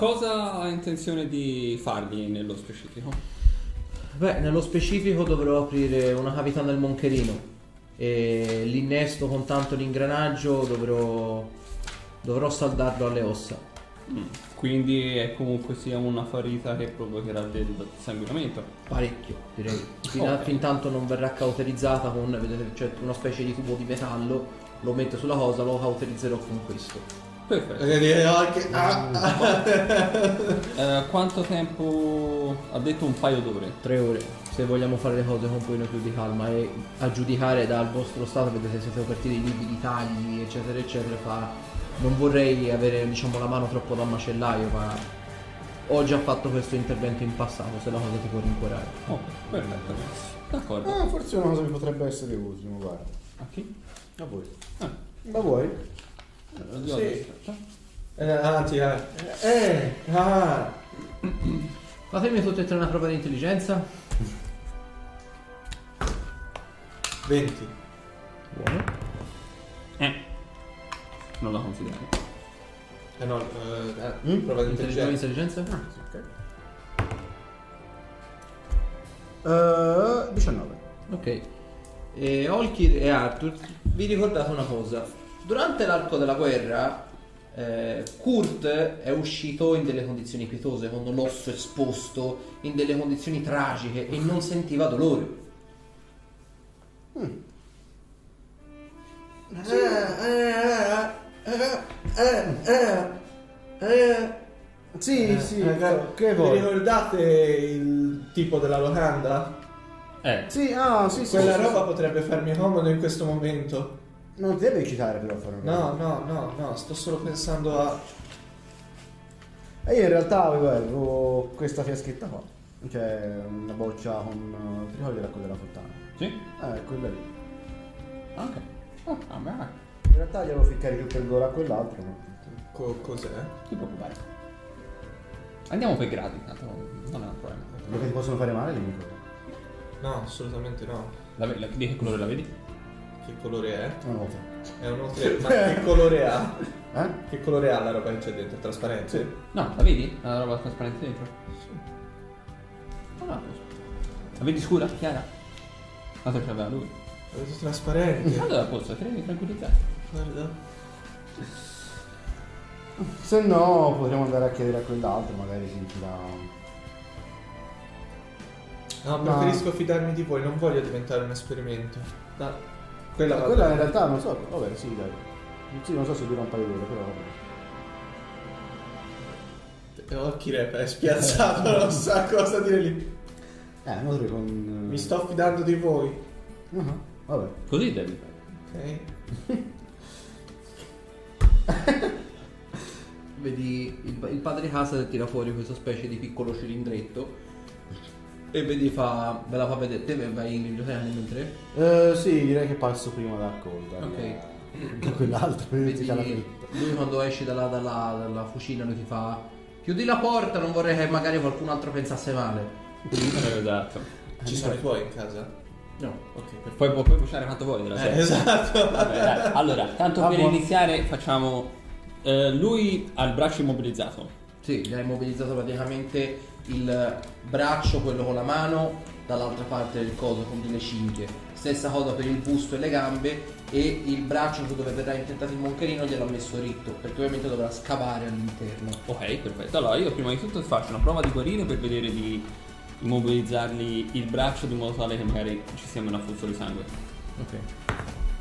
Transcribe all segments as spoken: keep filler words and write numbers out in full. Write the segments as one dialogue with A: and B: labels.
A: cosa ha intenzione di fargli nello specifico?
B: Beh, nello specifico dovrò aprire una cavità nel moncherino e l'innesto con tanto l'ingranaggio dovrò dovrò saldarlo alle ossa.
A: Mm. Quindi è comunque sia una ferita che provocherà del sanguinamento.
B: Parecchio, direi. Fin,
A: Okay.
B: fin tanto non verrà cauterizzata con, vedete, c'è una specie di tubo di metallo, lo metto sulla cosa, lo cauterizzerò con questo.
A: Perfetto. Eh, quanto tempo? Ha detto un paio d'ore.
B: Tre ore, se vogliamo fare le cose con un pochino più di calma e a giudicare dal vostro stato, vedete siete coperti dei libri di tagli, eccetera, eccetera, fa... non vorrei avere, diciamo, la mano troppo da macellaio, ma ho già fatto questo intervento in passato, se la cosa ti può rincuorare.
A: Oh, perfetto. D'accordo.
C: Ah, forse una cosa mi potrebbe essere utile, guarda.
A: A chi?
C: A voi.
A: Ah.
C: Ma vuoi?
A: Sì.
C: Eh, anzi, eh. Eh, ah.
B: Fatemi tutti e tre una prova di intelligenza.
C: venti.
B: Buono.
A: Eh. Non la considero.
C: Eh no, eh, eh, prova di
B: Intelligenza.
C: intelligenza.
B: intelligenza?
C: Ah, sì, ok. Uh, diciannove.
B: Ok. E Olkir e Arthur, vi ricordate una cosa? Durante l'arco della guerra eh, Kurt è uscito in delle condizioni pietose, con l'osso esposto, in delle condizioni tragiche e non sentiva dolore.
C: Mm. Sì. Eh, eh, eh, eh, sì, sì,
D: eh,
C: che
D: vi
C: vuoi?
D: ricordate il tipo della locanda?
A: Eh.
C: Sì, ah, sì, sì.
D: Quella
C: sì,
D: roba
C: sì.
D: potrebbe farmi comodo in questo momento.
C: Non ti deve eccitare però fare una
D: No,
C: cosa.
D: no, no, no, sto solo pensando a...
C: E io in realtà avevo, avevo questa fiaschetta qua. Cioè una boccia con... Ti ricordi l'acqua della fontana?
A: Sì?
C: Eh, quella lì.
A: Ok. Oh, ah, beh.
C: In realtà gli avevo ficcare tutto il gola a quell'altro, ma...
D: Co- cos'è?
A: Non ti preoccupare. Andiamo per gradi, tanto non è un problema.
C: Perché ti possono fare male le mie cose.
D: No, assolutamente no.
A: La, la, di che colore la vedi?
D: Che colore è?
C: No, no.
D: È un tre. Ma che colore ha?
C: Eh?
D: Che colore ha la roba che c'è dentro? Trasparente?
C: Sì.
A: No, la vedi? La roba trasparente dentro?
D: Sì.
A: No, no. La vedi scura? Chiara? Tanto ce l'aveva lui.
D: La vedo trasparente.
A: Allora posso, credi tranquillizzare.
D: Guarda.
C: Se no potremmo andare a chiedere a quell'altro, magari si tira...
D: No,
C: No.
D: preferisco fidarmi di voi, non voglio diventare un esperimento. Da... Quella, va
C: Quella in
D: bene.
C: realtà non so, vabbè sì dai. Sì, non so se dura un paio d'ore, però vabbè.
D: Occhi rep, è spiazzato, non sa cosa dire lì.
C: Eh, non so con...
D: Mi sto fidando di voi.
C: Uh-huh. Vabbè.
A: Così devi.
D: Ok.
B: Vedi il, il padre di casa tira fuori questa specie di piccolo cilindretto e vedi fa ve la fa vedere. Te vai in biblioteca nel mentre?
C: Eh, sì, direi che passo prima da accolta.
B: Ok.
C: Da quell'altro, per
B: Vedi,
C: iniziare la fritta.
B: lui quando esci dalla, dalla, dalla fucina lui ti fa chiudi la porta, non vorrei che magari qualcun altro pensasse male.
A: Esatto.
D: Ci sono i tuoi in casa?
B: No.
D: Ok, perfetto.
A: Poi puoi pushare quanto vuoi della
D: Eh,
A: serie.
D: esatto.
A: Vabbè, dai. Allora, tanto
C: Ah,
A: per
C: buono.
A: iniziare facciamo... eh, lui ha il braccio immobilizzato.
B: Sì, gli hai immobilizzato praticamente il braccio, quello con la mano, dall'altra parte del coso con delle cinghie. Stessa cosa per il busto e le gambe, e il braccio dove verrà intentato il moncherino gliel'ha messo ritto, perché ovviamente dovrà scavare all'interno.
A: Ok, perfetto. Allora io prima di tutto faccio una prova di guarire per vedere di immobilizzargli il braccio di modo tale che magari ci sia meno afflusso di sangue.
B: Ok.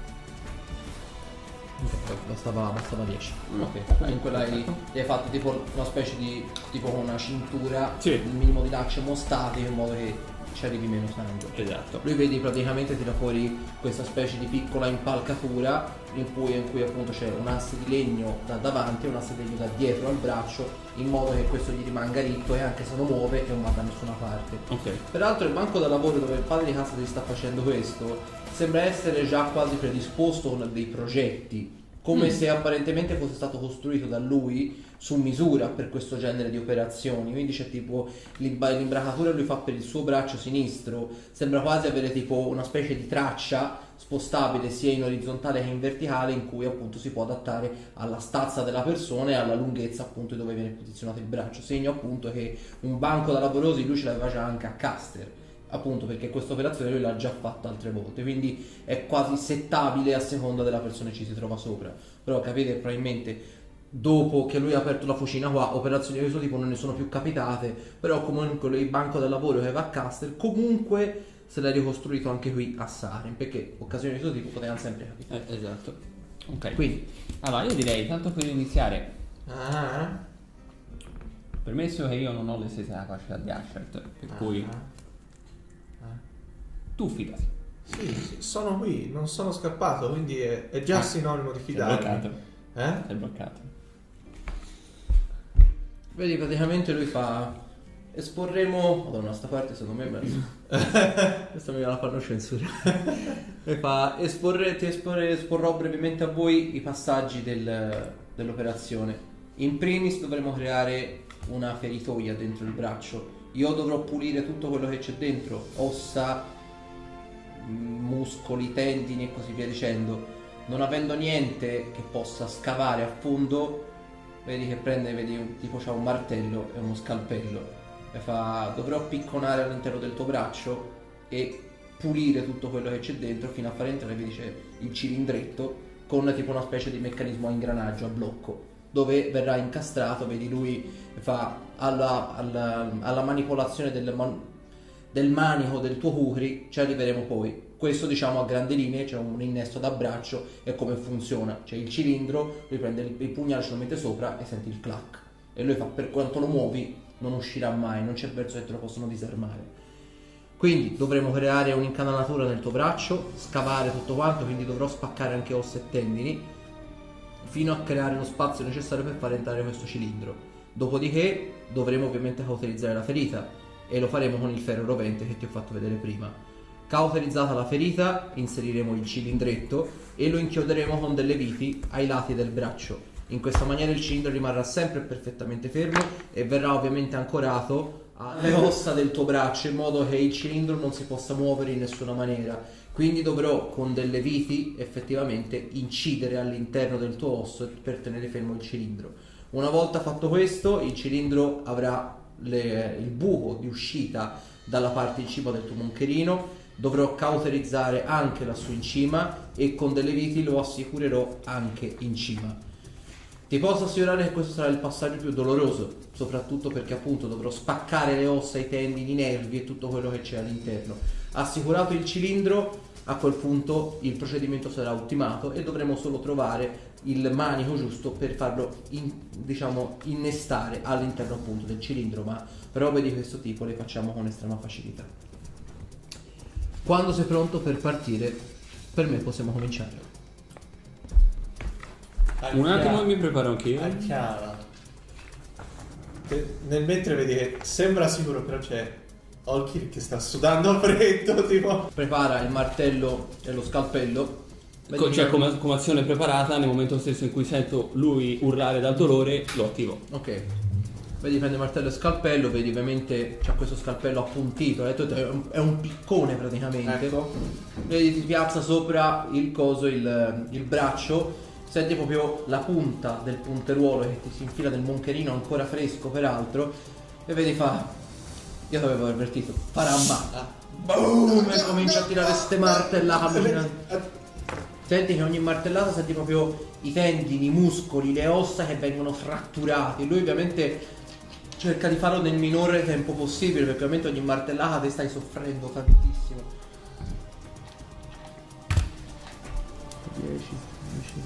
B: Ok, bastava, bastava dieci.
A: Ok,
B: Comunque l'hai, gli hai fatto tipo una specie di, tipo con una cintura,
A: Sì.
B: il minimo di lacci mostati in modo che ci arrivi meno sangue.
A: Esatto.
B: Lui vedi praticamente tira fuori questa specie di piccola impalcatura in cui, in cui appunto c'è un asse di legno da davanti e un asse di legno da dietro al braccio, in modo che questo gli rimanga ritto e anche se lo muove non va da nessuna parte.
A: Ok.
B: Peraltro il banco da lavoro dove il padre di casa ti sta facendo questo sembra essere già quasi predisposto con dei progetti, come
A: Mm.
B: se apparentemente fosse stato costruito da lui su misura per questo genere di operazioni, quindi c'è tipo l'imba- l'imbracatura lui fa per il suo braccio sinistro, sembra quasi avere tipo una specie di traccia spostabile sia in orizzontale che in verticale, in cui appunto si può adattare alla stazza della persona e alla lunghezza appunto dove viene posizionato il braccio, segno appunto che un banco da lavorosi lui ce l'aveva già anche a Caster, appunto perché questa operazione lui l'ha già fatta altre volte, quindi è quasi settabile a seconda della persona che ci si trova sopra. Però capite, probabilmente dopo che lui ha aperto la fucina qua, operazioni di questo tipo non ne sono più capitate, però comunque il banco del lavoro che aveva a Caster comunque se l'ha ricostruito anche qui a Saren, perché occasioni di questo tipo potevano sempre capitare.
A: Eh, esatto. Ok.
B: Quindi
A: Allora, io direi, tanto per iniziare,
D: Ah,
A: permesso che io non ho le stesse capacità di Ashert, per
D: ah,
A: cui
D: ah.
A: tu fidati.
D: Sì, sì, sono qui, non sono scappato, quindi è, è già
A: Ah,
D: sinonimo di
A: Sei
D: fidarmi.
A: bloccato.
D: Eh?
A: Sei bloccato.
B: vedi, praticamente lui fa esporremo, madonna sta parte secondo me è questa me la fanno censurare. Lui fa esporre, ti esporre, esporrò brevemente a voi i passaggi del, dell'operazione. In primis dovremo creare una feritoia dentro il braccio. Io dovrò pulire tutto quello che c'è dentro, ossa, muscoli, tendini e così via dicendo. Non avendo niente che possa scavare a fondo, vedi che prende, vedi un, tipo c'ha un martello e uno scalpello e fa, dovrò picconare all'interno del tuo braccio e pulire tutto quello che c'è dentro fino a far entrare, vedi c'è il cilindretto con tipo una specie di meccanismo a ingranaggio, a blocco, dove verrà incastrato, vedi lui fa alla, alla, alla manipolazione del, man, del manico del tuo Kukri, ci arriveremo poi. Questo diciamo a grandi linee, c'è un innesto da braccio e come funziona, c'è il cilindro, lui prende il, il pugnale, ce lo mette sopra e senti il clac e lui fa, per quanto lo muovi non uscirà mai, non c'è verso che te lo possono disarmare. Quindi dovremo creare un'incanalatura nel tuo braccio, scavare tutto quanto, quindi dovrò spaccare anche ossa e tendini fino a creare lo spazio necessario per far entrare questo cilindro. Dopodiché dovremo ovviamente cauterizzare la ferita e lo faremo con il ferro rovente che ti ho fatto vedere prima. Cauterizzata la ferita, inseriremo il cilindretto e lo inchioderemo con delle viti ai lati del braccio. In questa maniera il cilindro rimarrà sempre perfettamente fermo e verrà ovviamente ancorato alle ossa del tuo braccio in modo che il cilindro non si possa muovere in nessuna maniera. Quindi dovrò con delle viti effettivamente incidere all'interno del tuo osso per tenere fermo il cilindro. Una volta fatto questo, il cilindro avrà le, il buco di uscita dalla parte in cima del tuo moncherino. Dovrò cauterizzare anche lassù in cima e con delle viti lo assicurerò anche in cima. Ti posso assicurare che questo sarà il passaggio più doloroso, soprattutto perché appunto dovrò spaccare le ossa, i tendini, i nervi e tutto quello che c'è all'interno. Assicurato il cilindro, a quel punto il procedimento sarà ultimato e dovremo solo trovare il manico giusto per farlo in, diciamo innestare all'interno appunto del cilindro, ma robe di questo tipo le facciamo con estrema facilità. Quando sei pronto per partire, per me possiamo cominciare.
A: Un attimo mi preparo anche io.
D: È chiara. Nel mentre vedi che sembra sicuro, però c'è Olkir che sta sudando freddo, tipo.
B: Prepara il martello e lo scalpello.
A: Co- cioè come, come azione preparata, nel momento stesso in cui sento lui urlare dal dolore, lo attivo.
B: Ok. Vedi, prende martello e scalpello, vedi ovviamente c'ha questo scalpello appuntito, è un, è un piccone praticamente.
D: Ecco.
B: Vedi, ti piazza sopra il coso, il, il braccio, senti proprio la punta del punteruolo che ti si infila nel moncherino ancora fresco peraltro, e vedi fa, io ti avevo avvertito, faramba, boom, e comincia a tirare ste martellate. Senti che ogni martellata senti proprio i tendini, i muscoli, le ossa che vengono fratturati. Lui ovviamente cerca di farlo nel minore tempo possibile, perché ovviamente ogni martellata te stai soffrendo tantissimo. dieci, dieci.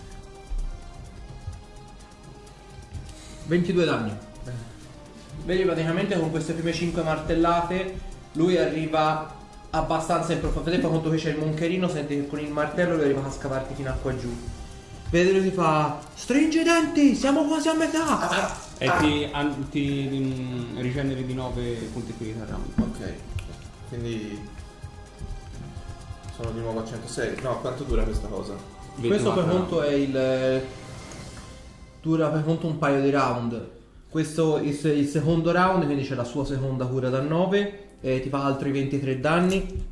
B: ventidue danni. Vedi praticamente con queste prime cinque martellate lui arriva abbastanza in profondità. Poi conto che c'è il moncherino, senti che con il martello lui arriva a scavarti fino a qua giù. Vedi lui ti fa, stringi i denti, siamo quasi a metà.
D: Ah,
A: E
D: ah.
A: ti, an- ti mm, rigeneri di nove punti ferita round.
D: Ok. Quindi sono di nuovo a centosei. No, quanto dura questa cosa?
B: Questo per
A: ventiquattro
B: conto è il dura per conto un paio di round. Questo il, il secondo round, quindi c'è la sua seconda cura da nove e ti fa altri ventitré danni.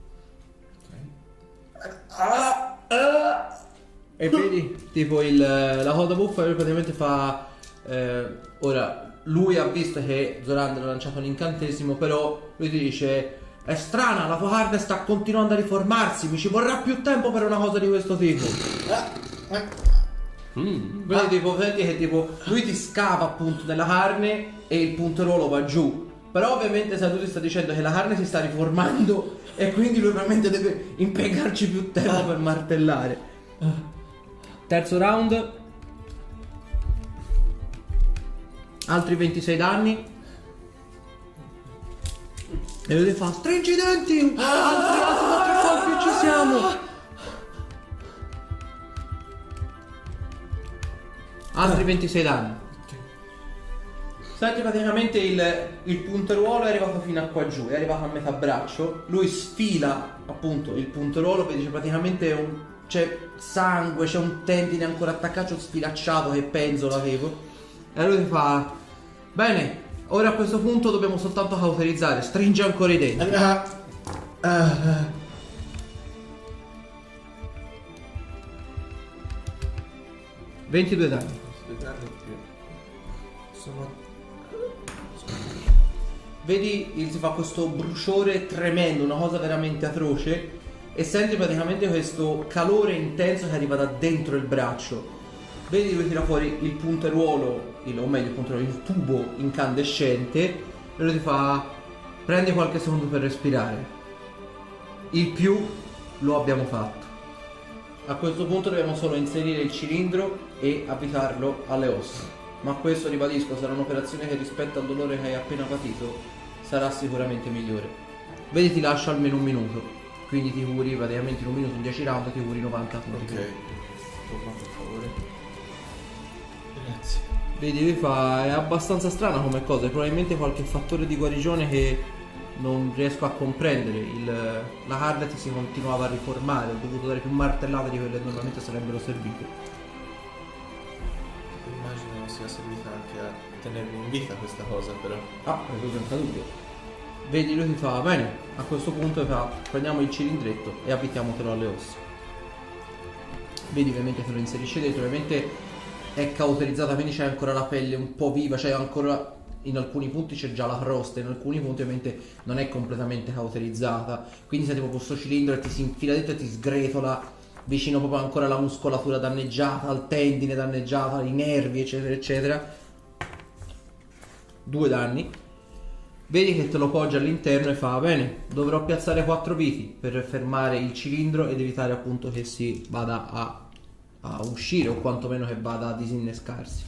D: Ah, ah.
B: E vedi, tipo il, la coda buffa praticamente fa... Eh, ora, lui ha visto che Zorander ha lanciato un incantesimo, però lui ti dice: è strana, la tua carne sta continuando a riformarsi, mi ci vorrà più tempo per una cosa di questo tipo.
A: Mm.
B: Quindi tipo, senti che tipo, lui ti scava appunto nella carne e il punteruolo va giù. Però ovviamente se lui ti sta dicendo che la carne si sta riformando e quindi lui veramente deve impiegarci più tempo per martellare. Terzo round. Altri ventisei danni. E lui ti fa: stringi i denti! Altri, altri quattro colpi, ci siamo! Altri ventisei danni. Senti, praticamente il, il punteruolo è arrivato fino a qua giù, è arrivato a metà braccio. Lui sfila appunto il punteruolo, vedi c'è praticamente un, c'è sangue, c'è un tendine ancora attaccato, sfilacciato che penzola avevo. E lui ti fa: bene, ora a questo punto dobbiamo soltanto cauterizzare. Stringe ancora i denti.
D: Ah, ah.
B: ventidue danni.
D: Sono...
B: Vedi, si fa questo bruciore tremendo, una cosa veramente atroce. E senti praticamente questo calore intenso che arriva da dentro il braccio. Vedi, lui tira fuori il punteruolo, il, o meglio il punteruolo, il tubo incandescente. E lui ti fa: prendi qualche secondo per respirare. Il più lo abbiamo fatto. A questo punto dobbiamo solo inserire il cilindro e avvitarlo alle ossa. Ma questo, ribadisco, sarà un'operazione che rispetto al dolore che hai appena patito sarà sicuramente migliore. Vedi, ti lascio almeno un minuto. Quindi ti curi praticamente in un minuto, in dieci round ti curi novanta punti.
D: Ok. Torna per favore. Grazie.
B: Vedi, lui fa... è abbastanza strana come cosa. È probabilmente qualche fattore di guarigione che non riesco a comprendere. Il, la Hardet si continuava a riformare. Ho dovuto dare più martellate di quelle che normalmente sarebbero servite.
D: Immagino sia servita anche a tenermi in vita questa cosa, però.
B: Ah, questo senza dubbio. Vedi, lui ti fa: bene, a questo punto fa, prendiamo il cilindretto e abitiamotelo alle ossa. Vedi, ovviamente te lo inserisce dentro. Ovviamente è cauterizzata, quindi c'è ancora la pelle un po' viva. C'è ancora, in alcuni punti c'è già la crosta, in alcuni punti ovviamente non è completamente cauterizzata. Quindi senti proprio questo cilindro e ti si infila dentro e ti sgretola vicino proprio ancora alla muscolatura danneggiata, al tendine danneggiato, ai nervi, eccetera eccetera. Due danni. Vedi che te lo poggia all'interno e fa: bene, dovrò piazzare quattro viti per fermare il cilindro ed evitare appunto che si vada a, a uscire, o quantomeno che vada a disinnescarsi.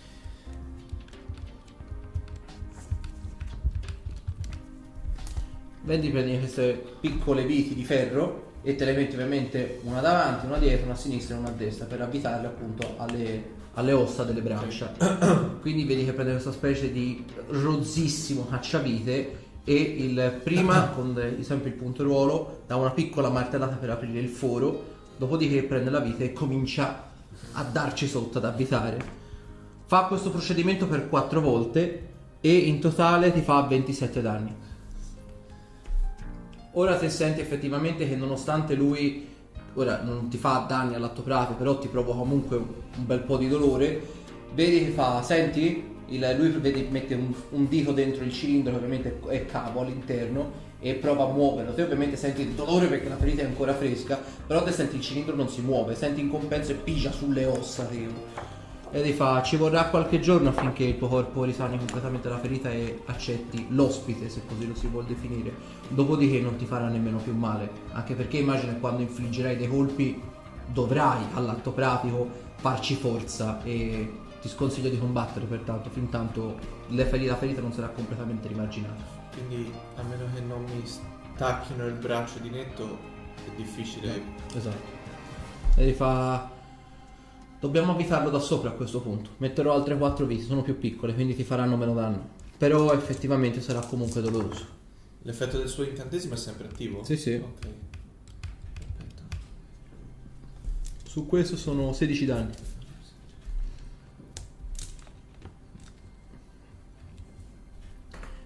B: Vedi, prendi queste piccole viti di ferro e te le metti ovviamente una davanti, una dietro, una a sinistra e una a destra per avvitarle appunto alle, alle ossa delle braccia. Quindi vedi che prende questa specie di rozzissimo cacciavite e il prima con sempre il punteruolo dà una piccola martellata per aprire il foro, dopodiché prende la vite e comincia a darci sotto, ad avvitare. Fa questo procedimento per quattro volte e in totale ti fa ventisette danni. Ora te senti effettivamente che nonostante lui ora non ti fa danni all'atto pratico, però ti provoca comunque un bel po' di dolore. Vedi che fa, senti? Il, lui vedi, mette un, un dito dentro il cilindro che ovviamente è cavo all'interno e prova a muoverlo. Te ovviamente senti il dolore perché la ferita è ancora fresca, però te senti il cilindro non si muove, senti in compenso e pigia sulle ossa, tipo. E ti fa: ci vorrà qualche giorno affinché il tuo corpo risani completamente la ferita e accetti l'ospite, se così lo si vuol definire. Dopodiché non ti farà nemmeno più male, anche perché immagino che quando infliggerai dei colpi dovrai all'atto pratico farci forza e ti sconsiglio di combattere pertanto fin tanto la ferita, la ferita non sarà completamente rimarginata.
D: Quindi a meno che non mi stacchino il braccio di netto è difficile.
B: Esatto. E ti fa: dobbiamo avvitarlo da sopra a questo punto. Metterò altre quattro viti, sono più piccole, quindi ti faranno meno danno. Però effettivamente sarà comunque doloroso.
D: L'effetto del suo incantesimo è sempre attivo?
B: Sì, sì.
D: Ok. Perfetto.
B: Su questo sono sedici danni.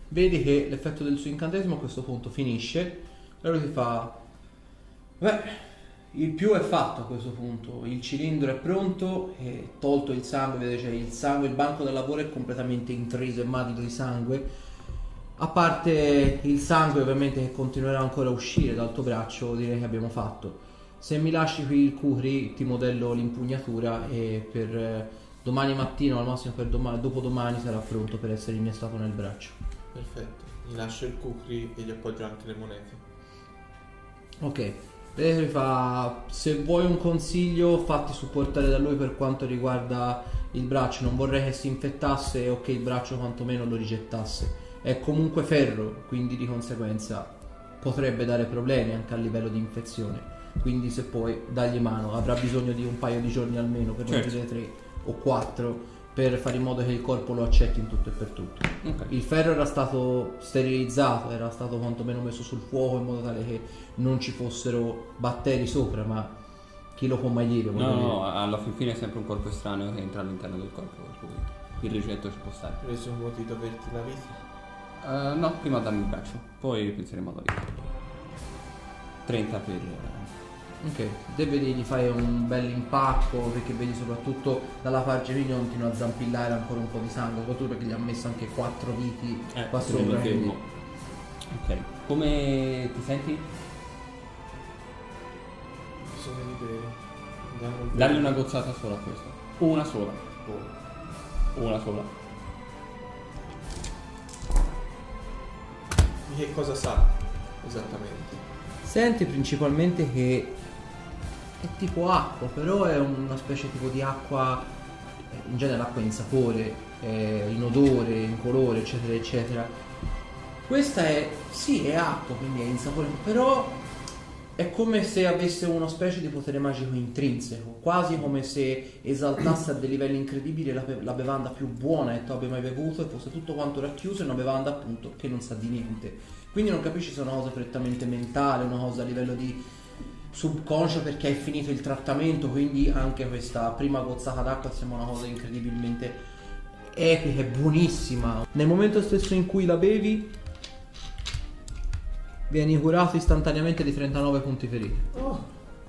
B: vedi che l'effetto del suo incantesimo a questo punto finisce. Allora ti fa: beh, il più è fatto a questo punto, il cilindro è pronto, e tolto il sangue, vedete, cioè il sangue, il banco del lavoro è completamente intriso e matito di sangue, a parte il sangue ovviamente che continuerà ancora a uscire dal tuo braccio. Direi che abbiamo fatto. Se mi lasci qui il Kukri ti modello l'impugnatura e per eh, domani mattina, al massimo per domani, dopodomani sarà pronto per essere innestato nel braccio.
D: Perfetto, gli lascio il Kukri e gli appoggio anche le monete.
B: Ok, vedete che fa: se vuoi un consiglio fatti supportare da lui per quanto riguarda il braccio, non vorrei che si infettasse o che il braccio quantomeno lo rigettasse. È comunque ferro, quindi di conseguenza potrebbe dare problemi anche a livello di infezione. Quindi se puoi dargli mano, avrà bisogno di un paio di giorni almeno, per non dire tre o quattro, per fare in modo che il corpo lo accetti in tutto e per tutto.
A: Ok.
B: Il ferro era stato sterilizzato, era stato quantomeno messo sul fuoco in modo tale che non ci fossero batteri sopra, ma chi lo può mai dire?
A: No,
B: voglio dire.
A: no, alla fin fine è sempre un corpo estraneo che entra all'interno del corpo, per cui il ricetto ci può stare.
D: Presumo di doverti la vita.
A: Uh, no, prima dammi il braccio, poi penseremo alla vita. trenta per...
B: Ok, te vedi, gli fai un bel impacco, perché vedi soprattutto dalla parte qui continua a zampillare ancora un po' di sangue, soprattutto perché gli ha messo anche quattro viti
A: Eh,
B: qua
A: sì,
B: sopra.
A: mi fermo.
B: quindi-
A: Ok, come ti senti?
D: Bisogna di bere. Andiamo al
A: Dargli
D: bere.
A: una gozzata sola a questo. Una sola.
D: Oh.
A: Una sola.
D: Di che cosa sa esattamente?
B: Senti principalmente che è tipo acqua, però è una specie tipo di acqua, eh, in genere acqua in sapore, eh, in odore, in colore, eccetera, eccetera. Questa è, sì, è acqua, quindi è in sapore, però è come se avesse una specie di potere magico intrinseco, quasi come se esaltasse a dei livelli incredibili la, la bevanda più buona che tu abbia mai bevuto, e fosse tutto quanto racchiuso in una bevanda appunto che non sa di niente. Quindi non capisci se è una cosa prettamente mentale, una cosa a livello di subconscio perché hai finito il trattamento, quindi anche questa prima gozzata d'acqua sembra una cosa incredibilmente epica e buonissima. Nel momento stesso in cui la bevi vieni curato istantaneamente di trentanove punti feriti.
D: Oh.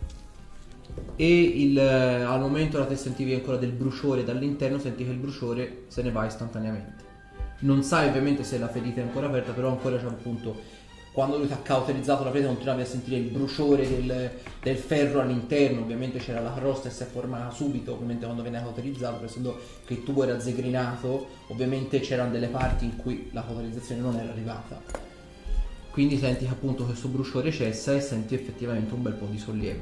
B: E il, eh, al momento da te sentivi ancora del bruciore dall'interno, senti che il bruciore se ne va istantaneamente. Non sai ovviamente se la ferita è ancora aperta, però ancora c'è appunto, quando lui ti ha cauterizzato la ferita continuavi a sentire il bruciore del, del ferro all'interno. Ovviamente c'era la crosta e si è formata subito, ovviamente quando viene cauterizzato, essendo che il tubo era zegrinato, ovviamente c'erano delle parti in cui la cauterizzazione non era arrivata. Quindi senti che appunto questo bruciore cessa e senti effettivamente un bel po' di sollievo.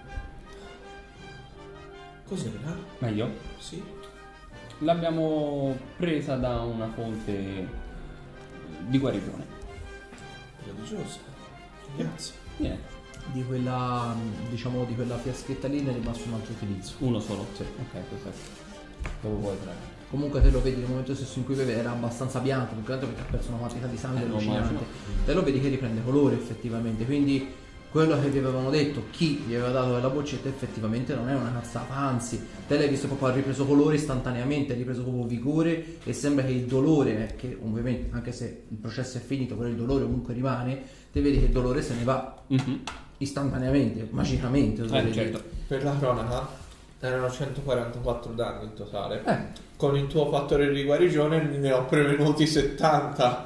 D: Cos'era?
A: Meglio?
D: Sì.
A: L'abbiamo presa da una fonte di guarigione.
D: Religiosa. Grazie.
A: Niente,
B: Di quella, diciamo, di quella fiaschetta lì ne è rimasto un altro utilizzo.
A: uno solo. Sì. Ok, perfetto. Dopo puoi entrare.
B: Comunque te lo vedi nel momento stesso in cui beve era abbastanza bianco, più che altro perché ha perso una quantità di sangue
A: Eh, lo
B: allucinante.
A: immagino.
B: Te lo vedi che riprende colore effettivamente, quindi quello che vi avevano detto, chi gli aveva dato quella boccetta, effettivamente non è una cazzata, anzi te l'hai visto proprio, ha ripreso colore istantaneamente, ha ripreso proprio vigore, e sembra che il dolore, che ovviamente anche se il processo è finito però il dolore comunque rimane, te vedi che il dolore se ne va
A: Mhm.
B: istantaneamente, magicamente.
A: Eh,
B: oserei
A: certo.
B: dire.
D: Per la cronaca erano centoquarantaquattro danni in totale.
B: Eh,
D: Con il tuo fattore di guarigione ne ho prevenuti settanta.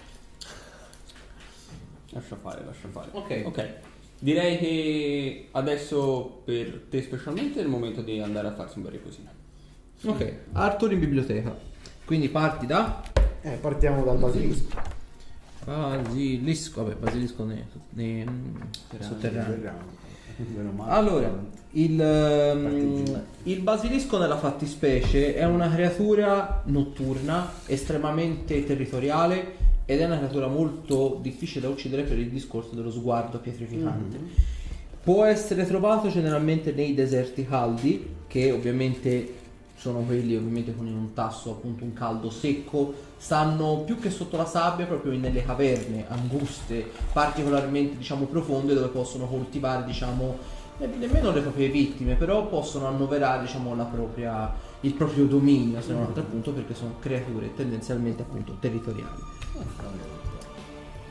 A: Lascia fare, lascia fare.
B: Ok.
A: Ok. Direi che adesso per te specialmente è il momento di andare a farsi un bel riposino.
B: ok, Arthur in biblioteca, quindi parti da
C: Eh, partiamo dal basilisco.
B: Basilisco, vabbè, basilisco nei, nei sotterranei.
C: Meno male.
B: Allora, il, ehm, il basilisco nella fattispecie è una creatura notturna, estremamente territoriale, ed è una creatura molto difficile da uccidere per il discorso dello sguardo pietrificante.
C: Mhm.
B: Può essere trovato generalmente nei deserti caldi, che ovviamente sono quelli ovviamente con un tasso, appunto un caldo secco, stanno più che sotto la sabbia, proprio nelle caverne anguste, particolarmente diciamo profonde, dove possono coltivare diciamo ne- nemmeno le proprie vittime, però possono annoverare diciamo la propria, il proprio dominio, se non altro appunto perché sono creature tendenzialmente appunto territoriali.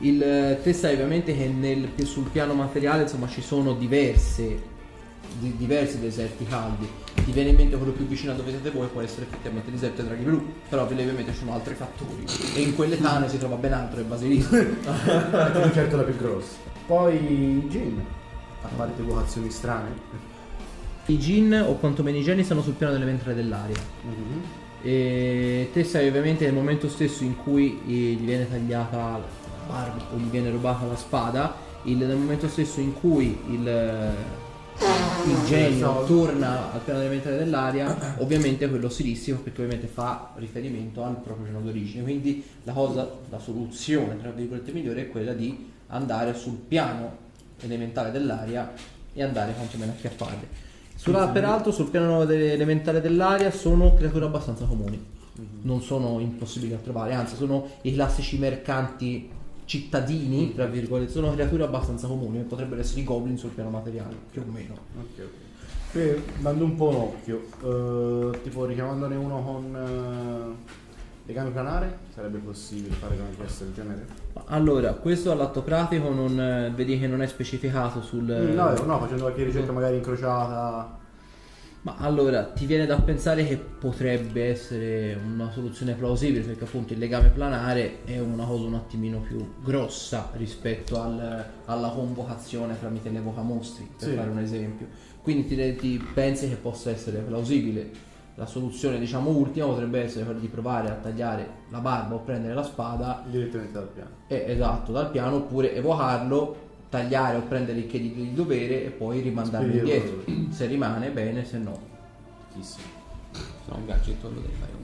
B: Il, te sai ovviamente che nel, sul piano materiale insomma ci sono diverse di, diversi deserti caldi. Ti viene in mente quello più vicino a dove siete voi, può essere effettivamente il deserto dei draghi blu, però ovviamente ci sono altri fattori e in quelle tane si trova ben altro, è basilisco.
C: È certo la più grossa. Poi Jin, a parte evocazioni strane.
B: I Jin o quantomeno i geni stanno sul piano dell'elementare dell'aria.
C: Mm-hmm.
B: E te sai ovviamente nel momento stesso in cui gli viene tagliata la barba o gli viene rubata la spada, il, nel momento stesso in cui il il genio torna al piano elementare dell'aria, ovviamente quello stilistico, perché ovviamente fa riferimento al proprio genio d'origine. Quindi la cosa, la soluzione tra virgolette migliore è quella di andare sul piano elementare dell'aria e andare quantomeno a acchiapparle. Sulla, peraltro sul piano elementare dell'aria sono creature abbastanza comuni, non sono impossibili da trovare, anzi sono i classici mercanti cittadini, tra virgolette, sono creature abbastanza comuni, potrebbero essere i goblin sul piano materiale, più o meno.
C: Ok, ok. Qui, dando un po' un occhio, eh, tipo richiamandone uno con eh, legame planare, sarebbe possibile fare una questa del genere?
B: Allora, questo all'atto pratico non eh, vedi che non è specificato sul...
C: Mm, no, no, facendo qualche ricerca magari incrociata.
B: Ma allora, ti viene da pensare che potrebbe essere una soluzione plausibile, perché appunto il legame planare è una cosa un attimino più grossa rispetto al, alla convocazione tramite l'evoca mostri, per
C: sì.
B: fare un esempio. Quindi ti, ti pensi che possa essere plausibile. La soluzione, diciamo, ultima potrebbe essere quella di provare a tagliare la barba o prendere la spada
C: Direttamente dal piano.
B: eh, esatto, dal piano, oppure evocarlo, tagliare o prendere il che di, di dovere e poi rimandarlo indietro. Se rimane bene, se no.
C: Chissimo.
A: Sono un gadget, lo devi fare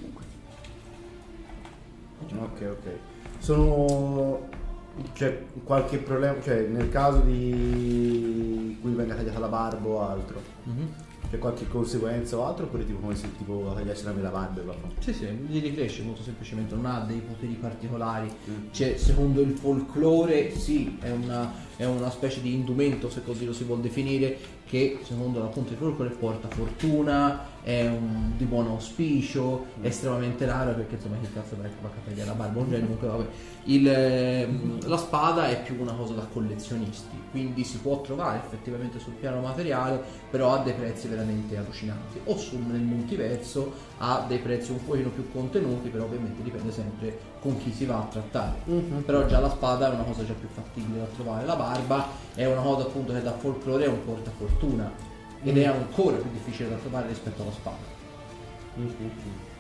A: comunque.
C: Ok, ok. Sono... c'è qualche problema, cioè nel caso di cui venga tagliata la barba o altro,
B: Mm-hmm.
C: c'è qualche conseguenza o altro, oppure tipo come se tipo tagliassi la mia barba e va fatto?
B: Sì, sì, gli ricresce molto semplicemente, non ha dei poteri particolari.
C: Mm.
B: Cioè, secondo il folklore, sì, è una, è una specie di indumento, se così lo si vuol definire, che secondo appunto il folklore porta fortuna, è un, di buon auspicio,
C: Mm.
B: è estremamente raro perché insomma che cazzo vai a tagliare la barba, un genio, comunque vabbè. Il, ehm, la spada è più una cosa da collezionisti, quindi si può trovare effettivamente sul piano materiale, però ha dei prezzi veramente allucinanti, o sul, nel multiverso ha dei prezzi un pochino più contenuti, però ovviamente dipende sempre con chi si va a trattare.
C: Mm-hmm.
B: Però già la spada è una cosa già più fattibile da trovare, la barba è una cosa appunto che da folklore è un portafortuna ed
C: Mm.
B: è ancora più difficile da trovare rispetto alla spada.
C: Mm-hmm.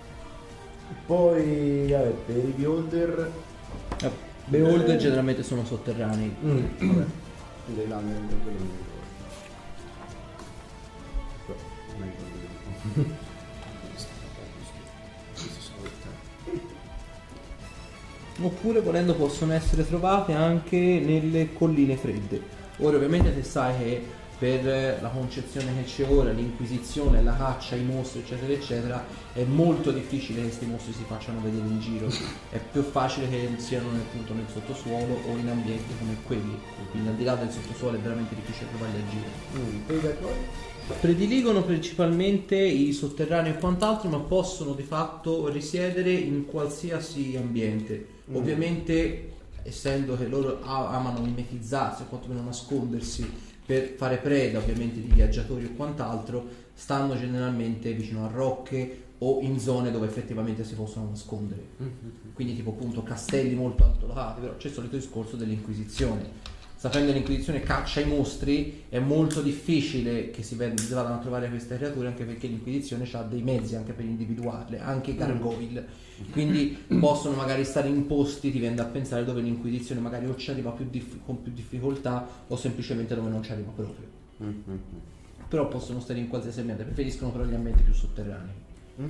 C: Poi vabbè, per i beholder
B: Eh, Beholder generalmente sono sotterranei.
C: mm. vabbè, dei là, quello non mi ricordo. Però, non mi ricordo.
B: Oppure volendo possono essere trovate anche nelle colline fredde. Ora ovviamente te sai che per la concezione che c'è ora, l'inquisizione, la caccia ai mostri eccetera eccetera, è molto difficile che questi mostri si facciano vedere in giro. È più facile che siano nel, appunto, nel sottosuolo o in ambienti come quelli. Quindi al di là del sottosuolo è veramente difficile trovarli a giro.
C: Mm. Poi da poi?
B: Prediligono principalmente i sotterranei e quant'altro, ma possono di fatto risiedere in qualsiasi ambiente.
C: Mm.
B: Ovviamente, essendo che loro a- amano mimetizzarsi o quantomeno nascondersi per fare preda ovviamente di viaggiatori o quant'altro, stanno generalmente vicino a rocche o in zone dove effettivamente si possono nascondere.
C: Mm-hmm.
B: Quindi tipo appunto castelli molto altolocati, però c'è il solito discorso dell'inquisizione. Sapendo che l'Inquisizione caccia i mostri, è molto difficile che si ved- si vadano a trovare queste creature, anche perché l'Inquisizione ha dei mezzi anche per individuarle, anche i gargoyle. Quindi possono magari stare in posti, ti viene da pensare, dove l'Inquisizione magari o ci arriva più dif- con più difficoltà o semplicemente dove non ci arriva proprio.
C: Mm-hmm.
B: Però possono stare in qualsiasi ambiente, preferiscono però gli ambienti più sotterranei.
C: Mm-hmm.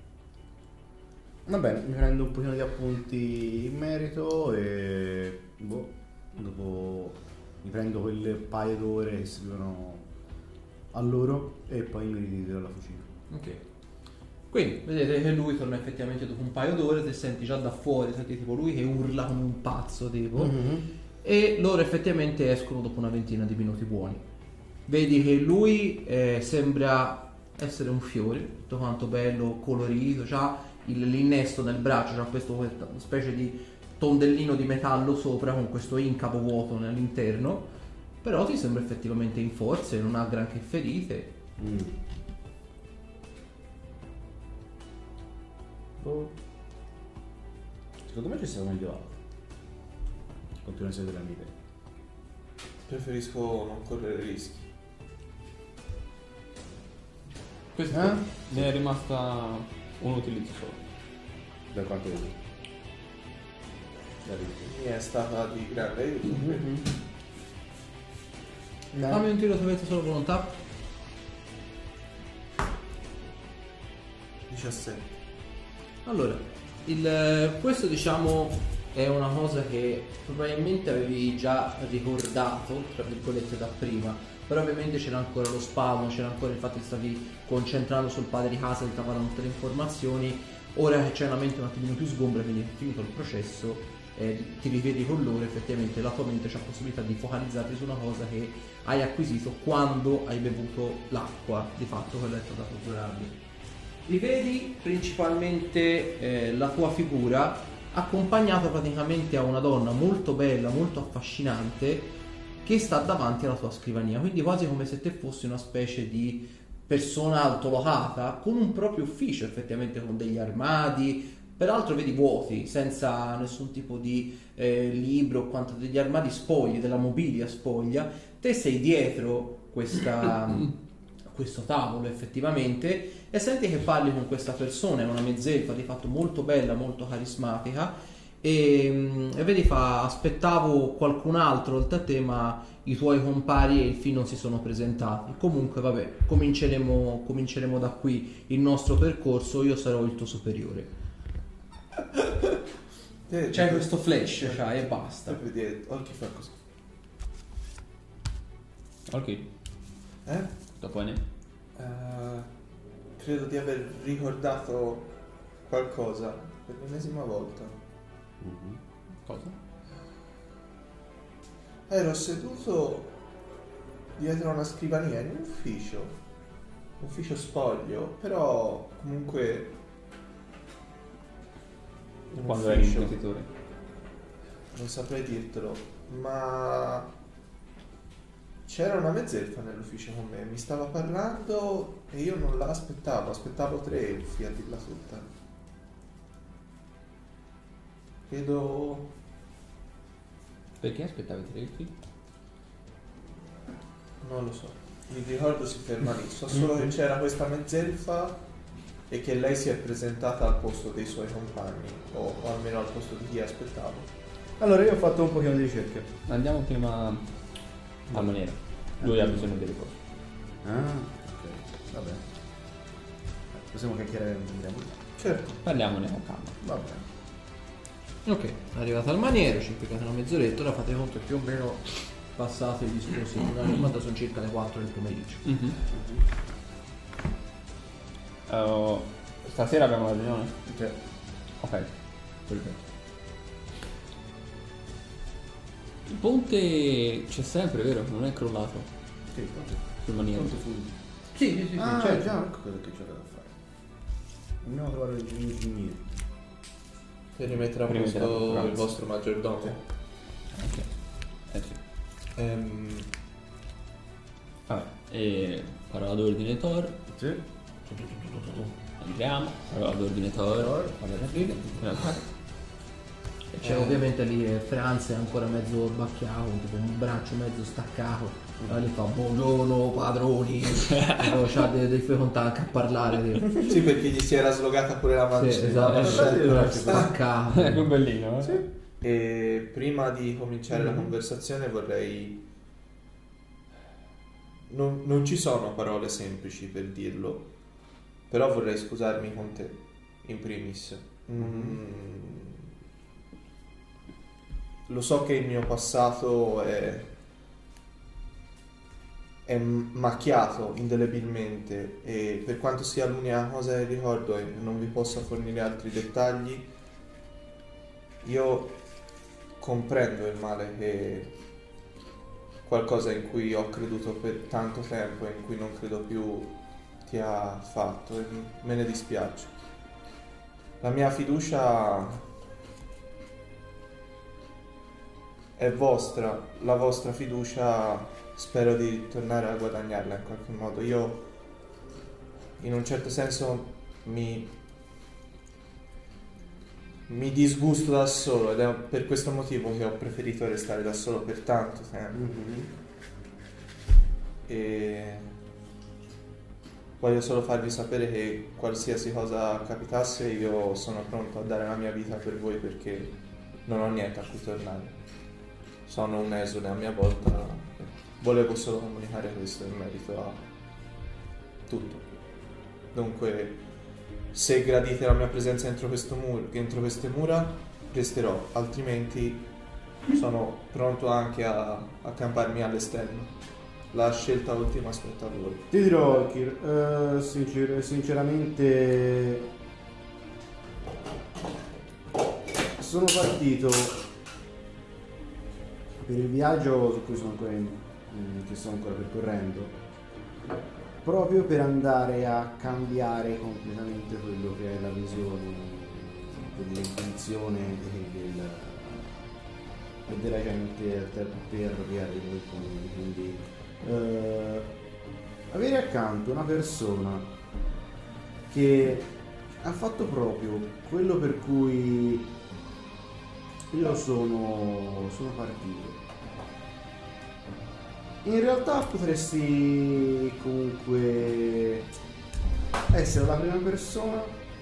C: Va bene, mi prendo un pochino di appunti in merito e boh, dopo mi prendo quel paio d'ore che servivano a loro e poi mi ritiro alla fucina.
B: Ok. Quindi vedete che lui torna effettivamente dopo un paio d'ore, te senti già da fuori, senti tipo lui che urla come un pazzo tipo,
C: Mm-hmm.
B: e loro effettivamente escono dopo una ventina di minuti buoni. Vedi che lui eh, sembra essere un fiore, tutto quanto bello, colorito, c'ha il- l'innesto nel braccio, c'ha questo, questa specie di tondellino di metallo sopra con questo incavo vuoto all'interno, però ti sembra effettivamente in forze, non ha granché ferite.
C: Mm. Oh. Secondo me ci siamo meglio altri. Continua a essere della mia idea.
D: Preferisco non correre rischi.
A: Questa
C: Eh?
A: ne è rimasta un utilizzo solo.
C: Da quanto vedi? Da lì.
D: Mi è stata di grande aiuto.
C: Mm-hmm.
B: Fammi un tiro se avete solo volontà.
D: diciassette.
B: Allora, il, questo diciamo è una cosa che probabilmente avevi già ricordato, tra virgolette, da prima, però ovviamente c'era ancora lo spavano, c'era ancora il fatto che stavi concentrando sul padre di casa, ti davano tutte le informazioni, ora che c'è una mente un attimino più sgombra, quindi è finito il processo, eh, ti rivedi con loro, effettivamente la tua mente c'ha la possibilità di focalizzarti su una cosa che hai acquisito quando hai bevuto l'acqua, di fatto quella è stata procurarli. Rivedi principalmente eh, la tua figura accompagnata praticamente a una donna molto bella, molto affascinante che sta davanti alla tua scrivania, quindi quasi come se te fossi una specie di persona altolocata con un proprio ufficio, effettivamente con degli armadi, peraltro vedi vuoti, senza nessun tipo di eh, libro o quanto, degli armadi spogli, della mobilia spoglia. Te sei dietro questa questo tavolo effettivamente e senti che parli con questa persona, è una mezzelfa di fatto molto bella, molto carismatica e, e vedi fa aspettavo qualcun altro oltre a te, ma i tuoi compari e il film non si sono presentati. Comunque vabbè, cominceremo, cominceremo da qui il nostro percorso, io sarò il tuo superiore.
D: Eh,
B: C'è
D: eh,
B: questo flash, cioè, e basta.
D: per vedere, Olki fa così.
A: Ok,
D: Eh?
A: dopo ne.
D: Eh, credo di aver ricordato qualcosa per l'ennesima volta.
C: Mm-hmm.
A: Cosa?
D: Ero seduto dietro a una scrivania in un ufficio, ufficio spoglio, però comunque un
A: Quando eri
D: ufficio,
A: inquisitore.
D: non saprei dirtelo, ma c'era una mezzelfa nell'ufficio con me, mi stava parlando e io non la aspettavo, aspettavo tre elfi a dirla tutta. Credo...
A: Perché aspettavi tre elfi?
D: non lo so, mi ricordo si ferma lì, so solo che c'era questa mezzelfa e che lei si è presentata al posto dei suoi compagni, o, o almeno al posto di chi aspettavo.
C: Allora io ho fatto un pochino di ricerche.
A: Andiamo prima al maniera. Lui ha bisogno delle cose.
C: Ah, ok, va bene. Possiamo chiacchierare andiamo.
D: Certo.
A: Parliamone con calma.
C: Va bene.
B: Ok, arrivate al maniero, ci impiegate una mezz'oretta, ora fate conto che più o meno passate i discorsi di una giornata, sono circa le quattro del pomeriggio.
A: Mm-hmm. Uh, stasera abbiamo la riunione?
C: Sì.
A: Ok, perfetto. Il ponte c'è sempre, vero? Non è crollato
C: Sì, quanto,
A: sul maniero.
C: quanto fu?
B: Sì, sì, sì, sì,
C: Ah,
B: certo.
C: già, ecco cosa che c'era da fare. Andiamo a trovare gli ingegneri.
D: Per rimettere a
A: Per rimettere a
D: posto
A: posto,
D: il
A: grazie.
D: vostro maggiordomo.
A: Ok. Eh sì.
D: Ehm,
A: Vabbè, e parola d'ordine Thor.
C: Sì.
A: Andiamo. Parola d'ordine Thor.
B: E c'è
D: Eh.
B: ovviamente lì eh, Franz è ancora mezzo bacchiato, tipo un braccio mezzo staccato, allora gli fa buongiorno padroni, e poi c'ha dei, dei suoi contatti a parlare. Di...
D: sì, perché gli si era slogata pure la mancia.
B: Sì, esatto,
C: Eh,
B: è
C: eh,
B: staccato.
A: È più bellino, eh?
C: Sì.
D: E prima di cominciare
B: Mm.
D: la conversazione vorrei... Non, non ci sono parole semplici per dirlo, però vorrei scusarmi con te, in primis. Mm. Lo so che il mio passato è, è macchiato indelebilmente e per quanto sia l'unica cosa che ricordo e non vi possa fornire altri dettagli, io comprendo il male che qualcosa in cui ho creduto per tanto tempo e in cui non credo più ti ha fatto e me ne dispiace. La mia fiducia è vostra, la vostra fiducia, spero di tornare a guadagnarla in qualche modo. Io in un certo senso mi mi disgusto da solo ed è per questo motivo che ho preferito restare da solo per tanto tempo.
C: Mhm.
D: E voglio solo farvi sapere che qualsiasi cosa capitasse io sono pronto a dare la mia vita per voi, perché non ho niente a cui tornare. Sono un esule a mia volta. Volevo solo comunicare questo in merito a tutto. Dunque, se gradite la mia presenza entro, questo mur- entro queste mura, resterò, altrimenti sono pronto anche a accamparmi all'esterno. La scelta ultima spetta a voi.
C: Ti dirò, Kir, eh, sincer- sinceramente sono partito per il viaggio su cui sono ancora in- mm, che sto ancora percorrendo, proprio per andare a cambiare completamente quello che è la visione dell'intenzione e, del, e della gente per creare dei comuni. Quindi eh, avere accanto una persona che ha fatto proprio quello per cui io sono, sono partito. In realtà potresti comunque essere la prima persona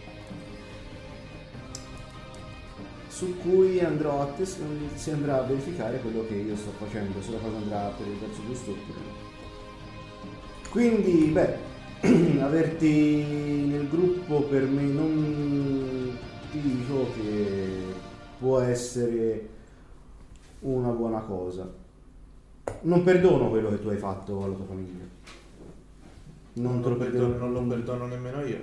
C: su cui andrò a tes- si andrà a verificare quello che io sto facendo, se la cosa andrà per il verso giusto oppure no. Quindi, beh, averti nel gruppo per me non ti dico che può essere una buona cosa. Non perdono quello che tu hai fatto alla tua famiglia. Non te lo perdono.
D: Non lo perdono nemmeno io.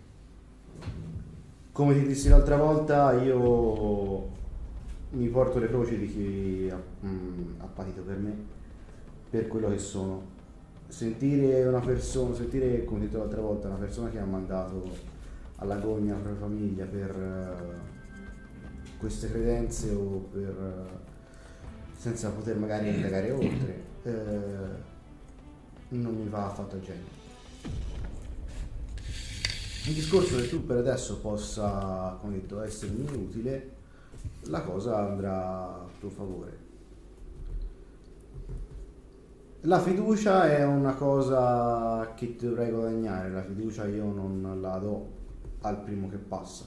C: Come ti dissi l'altra volta, io mi porto le croci di chi ha, mm, ha patito per me, per quello che sono. Sentire una persona, sentire, come detto l'altra volta, una persona che ha mandato alla gogna la propria famiglia per uh, queste credenze o per... Uh, senza poter magari indagare oltre, eh, non mi va affatto a genio. Il discorso che tu per adesso possa, come detto, essermi utile, la cosa andrà a tuo favore. La fiducia è una cosa che ti dovrai guadagnare, la fiducia io non la do al primo che passa.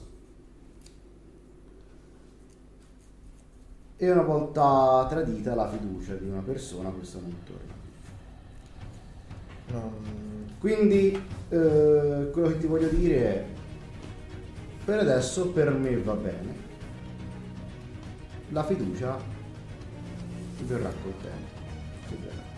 C: E una volta tradita la fiducia di una persona, questo non torna.
D: Non...
C: Quindi eh, quello che ti voglio dire è, per adesso per me va bene, la fiducia verrà col tempo, che verrà.